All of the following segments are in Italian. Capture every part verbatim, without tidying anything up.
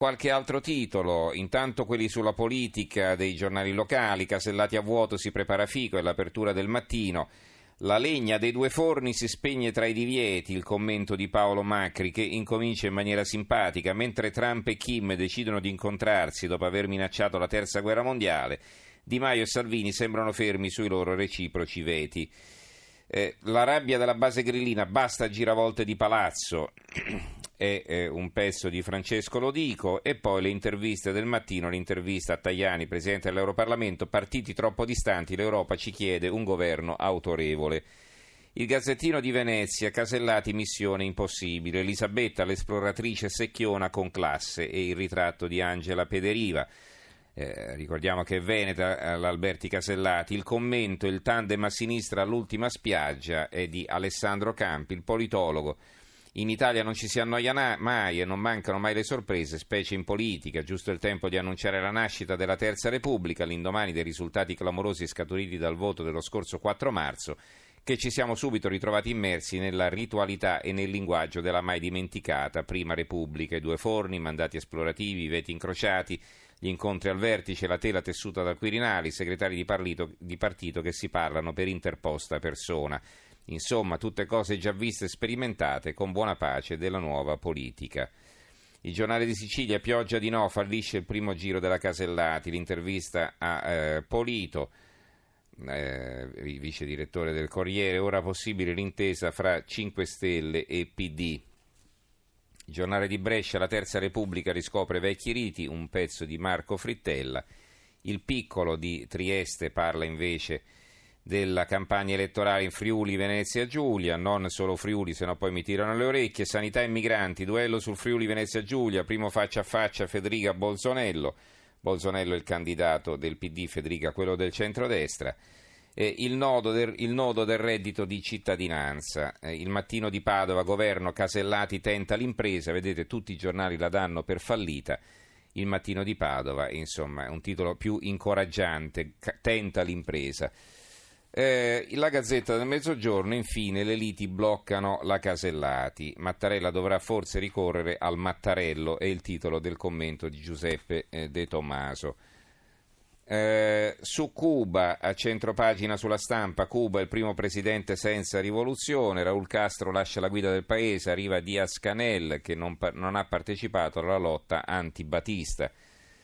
Qualche altro titolo, intanto quelli sulla politica dei giornali locali, Casellati a vuoto si prepara Fico e l'apertura del Mattino, la legna dei due forni si spegne tra i divieti, il commento di Paolo Macri che incomincia in maniera simpatica, mentre Trump e Kim decidono di incontrarsi dopo aver minacciato la terza guerra mondiale, Di Maio e Salvini sembrano fermi sui loro reciproci veti. Eh, la rabbia della base grillina, basta giravolte di palazzo, è eh, un pezzo di Francesco Lodico, e poi le interviste del Mattino, l'intervista a Tajani, Presidente dell'Europarlamento, partiti troppo distanti, l'Europa ci chiede un governo autorevole. Il Gazzettino di Venezia, Casellati, missione impossibile, Elisabetta l'esploratrice secchiona con classe e il ritratto di Angela Pederiva. Eh, ricordiamo che è veneta l'Alberti Casellati. Il commento, il tandem a sinistra all'ultima spiaggia è di Alessandro Campi, il politologo. In Italia non ci si annoia na- mai e non mancano mai le sorprese, specie in politica. Giusto il tempo di annunciare la nascita della Terza Repubblica, all'indomani dei risultati clamorosi scaturiti dal voto dello scorso quattro marzo, che ci siamo subito ritrovati immersi nella ritualità e nel linguaggio della mai dimenticata Prima Repubblica. I due forni, i mandati esplorativi, i veti incrociati, gli incontri al vertice, la tela tessuta dal Quirinale, i segretari di, parlito, di partito che si parlano per interposta persona. Insomma, tutte cose già viste e sperimentate con buona pace della nuova politica. Il Giornale di Sicilia, pioggia di no, fallisce il primo giro della Casellati, l'intervista a eh, Polito, eh, vice direttore del Corriere, ora possibile l'intesa fra cinque Stelle e P D. Il Giornale di Brescia, la Terza Repubblica riscopre vecchi riti, un pezzo di Marco Frittella. Il Piccolo di Trieste parla invece della campagna elettorale in Friuli, Venezia Giulia, non solo Friuli, se no poi mi tirano le orecchie. Sanità e migranti, duello sul Friuli Venezia Giulia, primo faccia a faccia Federica Bolsonello. Bolsonello è il candidato del P D, Federica quello del centrodestra. Eh, il, nodo del, il nodo del reddito di cittadinanza, eh, il Mattino di Padova, governo Casellati tenta l'impresa, vedete tutti i giornali la danno per fallita. Il Mattino di Padova, insomma, è un titolo più incoraggiante, ca- tenta l'impresa. Eh, la Gazzetta del Mezzogiorno, infine, le liti bloccano la Casellati. Mattarella dovrà forse ricorrere al Mattarello, è il titolo del commento di Giuseppe eh, De Tommaso. Eh, su Cuba, a centropagina sulla Stampa, Cuba è il primo presidente senza rivoluzione, Raúl Castro lascia la guida del paese, arriva Díaz-Canel che non, non ha partecipato alla lotta anti-Batista.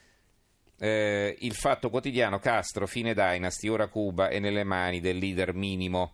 Eh, il Fatto Quotidiano, Castro, fine dynasty, ora Cuba è nelle mani del leader minimo.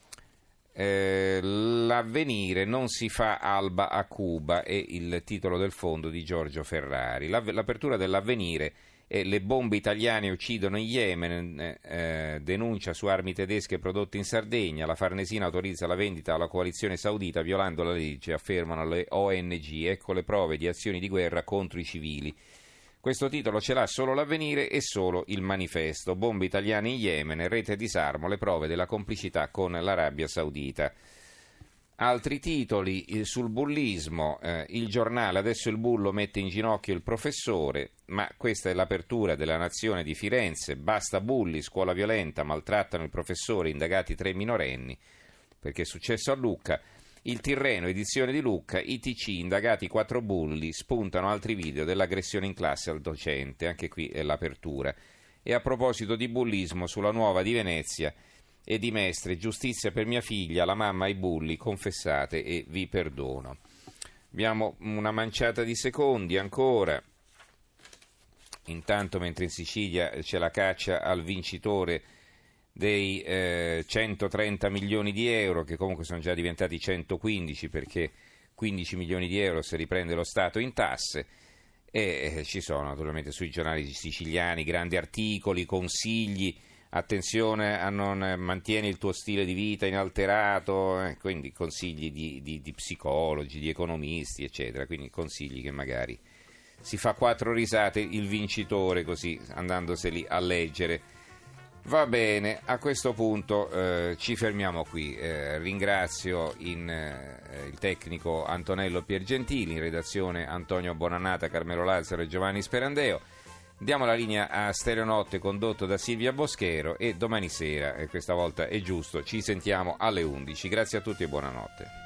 Eh, l'Avvenire, non si fa alba a Cuba, è il titolo del fondo di Giorgio Ferrari. La, l'apertura dell'Avvenire è le bombe italiane uccidono in Yemen, eh, denuncia su armi tedesche prodotte in Sardegna, la Farnesina autorizza la vendita alla coalizione saudita violando la legge, affermano le O N G, ecco le prove di azioni di guerra contro i civili. Questo titolo ce l'ha solo l'Avvenire e solo il Manifesto. Bombe italiane in Yemen, rete disarmo, le prove della complicità con l'Arabia Saudita. Altri titoli eh, sul bullismo, eh, il Giornale, adesso il bullo mette in ginocchio il professore, ma questa è l'apertura della Nazione di Firenze, basta bulli, scuola violenta, maltrattano il professore, indagati tre minorenni, perché è successo a Lucca. Il Tirreno, edizione di Lucca, I T C, indagati quattro bulli, spuntano altri video dell'aggressione in classe al docente, anche qui è l'apertura. E a proposito di bullismo, sulla Nuova di Venezia e di Mestre, giustizia per mia figlia, la mamma ai bulli, confessate e vi perdono. Abbiamo una manciata di secondi ancora. Intanto, mentre in Sicilia c'è la caccia al vincitore dei eh, centotrenta milioni di euro, che comunque sono già diventati centoquindici perché quindici milioni di euro se riprende lo Stato in tasse, e eh, ci sono naturalmente sui giornali siciliani grandi articoli, consigli, attenzione a non mantieni il tuo stile di vita inalterato, eh, quindi consigli di, di, di psicologi, di economisti eccetera, quindi consigli che magari si fa quattro risate il vincitore così andandoseli a leggere. Va bene, a questo punto eh, ci fermiamo qui. Eh, ringrazio in, eh, il tecnico Antonello Piergentili, in redazione Antonio Bonannata, Carmelo Lazzaro e Giovanni Sperandeo. Diamo la linea a Stereonotte condotto da Silvia Boschero e domani sera, e questa volta è giusto, ci sentiamo alle undici. Grazie a tutti e buonanotte.